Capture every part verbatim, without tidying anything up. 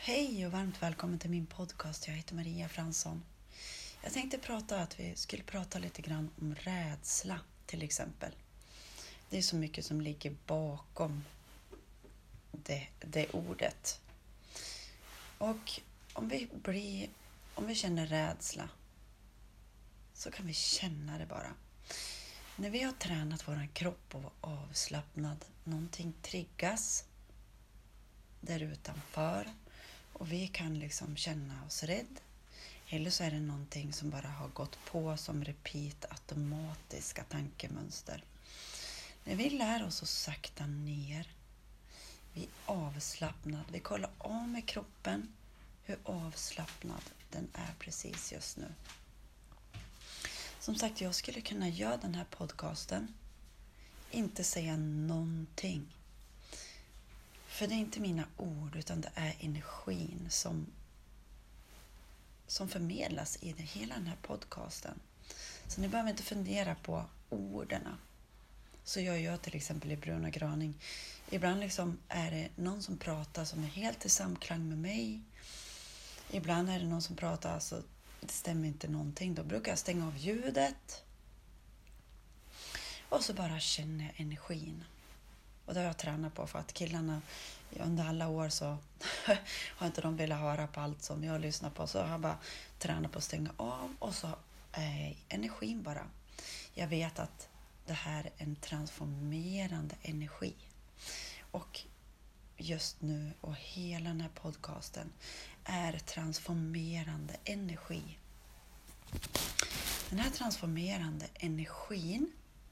Hej och varmt välkommen till min podcast. Jag heter Maria Fransson. Jag tänkte prata att vi skulle prata lite grann om rädsla till exempel. Det är så mycket som ligger bakom det, det ordet. Och om vi blir, om vi känner rädsla så kan vi känna det bara. När vi har tränat vår kropp och vara avslappnad, någonting triggas där utanför. Och vi kan liksom känna oss rädd. Eller så är det någonting som bara har gått på som repeat automatiska tankemönster. När vi lär oss att sakta ner. Vi är avslappnad. Vi kollar av med kroppen hur avslappnad den är precis just nu. Som sagt, jag skulle kunna göra den här podcasten. Inte säga någonting. För det är inte mina ord utan det är energin som, som förmedlas i det, hela den här podcasten. Så ni behöver inte fundera på orden. Så jag gör till exempel i Bruna Graning. Ibland liksom är det någon som pratar som är helt i samklang med mig. Ibland är det någon som pratar så det stämmer inte någonting. Då brukar jag stänga av ljudet. Och så bara känner jag energin. Och det har jag tränat på för att killarna under alla år så har inte de velat höra på allt som jag lyssnar på. Så jag har bara tränat på att stänga av och så är energin bara. Jag vet att det här är en transformerande energi. Och just nu och hela den här podcasten är transformerande energi. Den här transformerande energin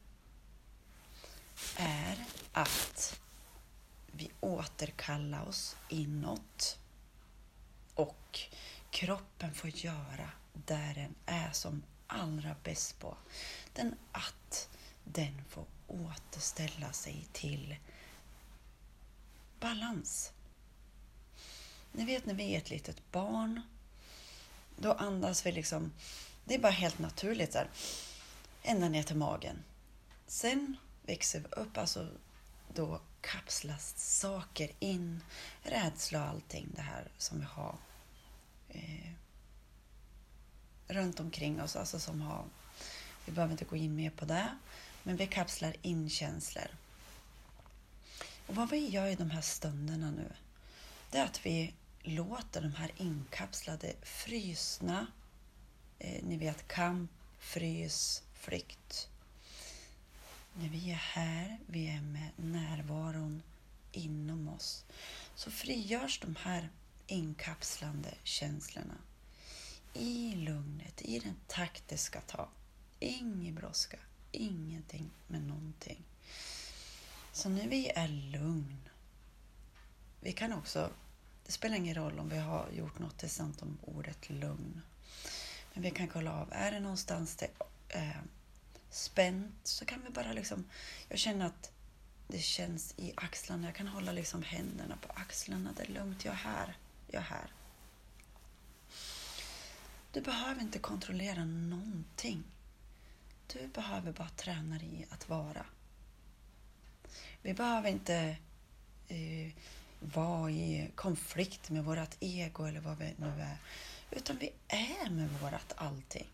är att vi återkallar oss inåt och kroppen får göra där den är som allra bäst på. Den att den får återställa sig till balans. Ni vet när vi är ett litet barn, då andas vi liksom, det är bara helt naturligt där, ända ner till magen. Sen växer vi upp, alltså då kapslas saker in, rädsla och allting det här som vi har eh, runt omkring oss, alltså som har, vi behöver inte gå in mer på det, men vi kapslar in känslor. Och vad vi gör i de här stunderna nu, det är att vi låter de här inkapslade frysna, eh, ni vet kamp, frys, flykt. När vi är här, vi är med närvaron inom oss, så frigörs de här inkapslande känslorna i lugnet, i den takt det ska ta. Ingen brådska, ingenting med någonting. Så när vi är lugn, vi kan också, det spelar ingen roll om vi har gjort något tillsammans om ordet lugn. Men vi kan kolla av, är det någonstans det eh, spänt så kan vi bara liksom, jag känner att det känns i axlarna, jag kan hålla liksom händerna på axlarna, det är lugnt, jag är här, jag är här. Du behöver inte kontrollera någonting. Du behöver bara träna dig i att vara. Vi behöver inte eh, vara i konflikt med vårat ego eller vad vi nu är, utan vi är med vårat allting.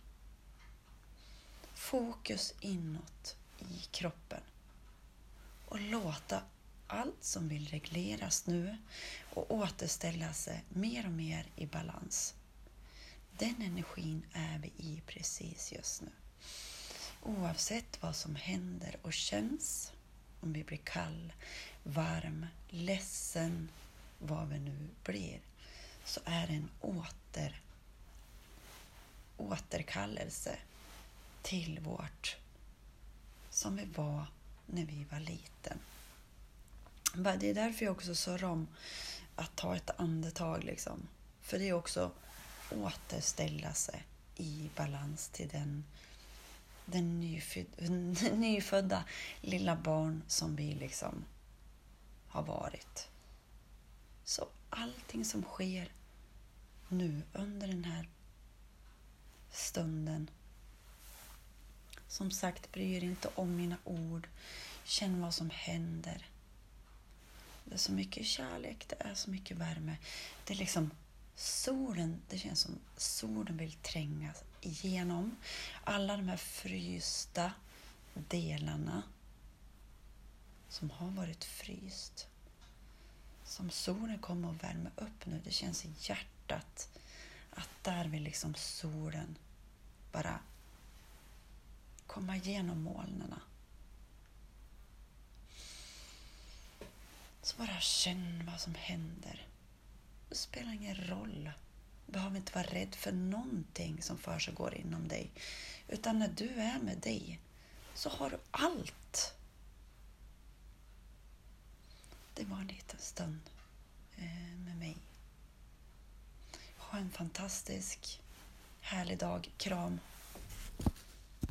Fokus inåt i kroppen och låta allt som vill regleras nu och återställa sig mer och mer i balans. Den energin är vi i precis just nu. Oavsett vad som händer och känns, om vi blir kall, varm, ledsen, vad vi nu blir, så är det en åter, återkallelse till vårt som vi var när vi var liten. Det är därför jag också sa om att ta ett andetag liksom. För det är också återställa sig i balans till den, den nyfödda, nyfödda lilla barn som vi liksom har varit. Så allting som sker nu under den här stunden, som sagt, bryr inte om mina ord. Känn vad som händer. Det är så mycket kärlek, det är så mycket värme. Det är liksom solen, det känns som solen vill tränga igenom alla de här frysta delarna som har varit fryst. Som solen kommer att värma upp nu. Det känns i hjärtat att där vill liksom solen bara komma igenom molnen. Så bara känn vad som händer. Det spelar ingen roll. Du behöver inte vara rädd för någonting som försiggår inom dig. Utan när du är med dig så har du allt. Det var en liten stund med mig. Ha en fantastisk, härlig dag. Kram.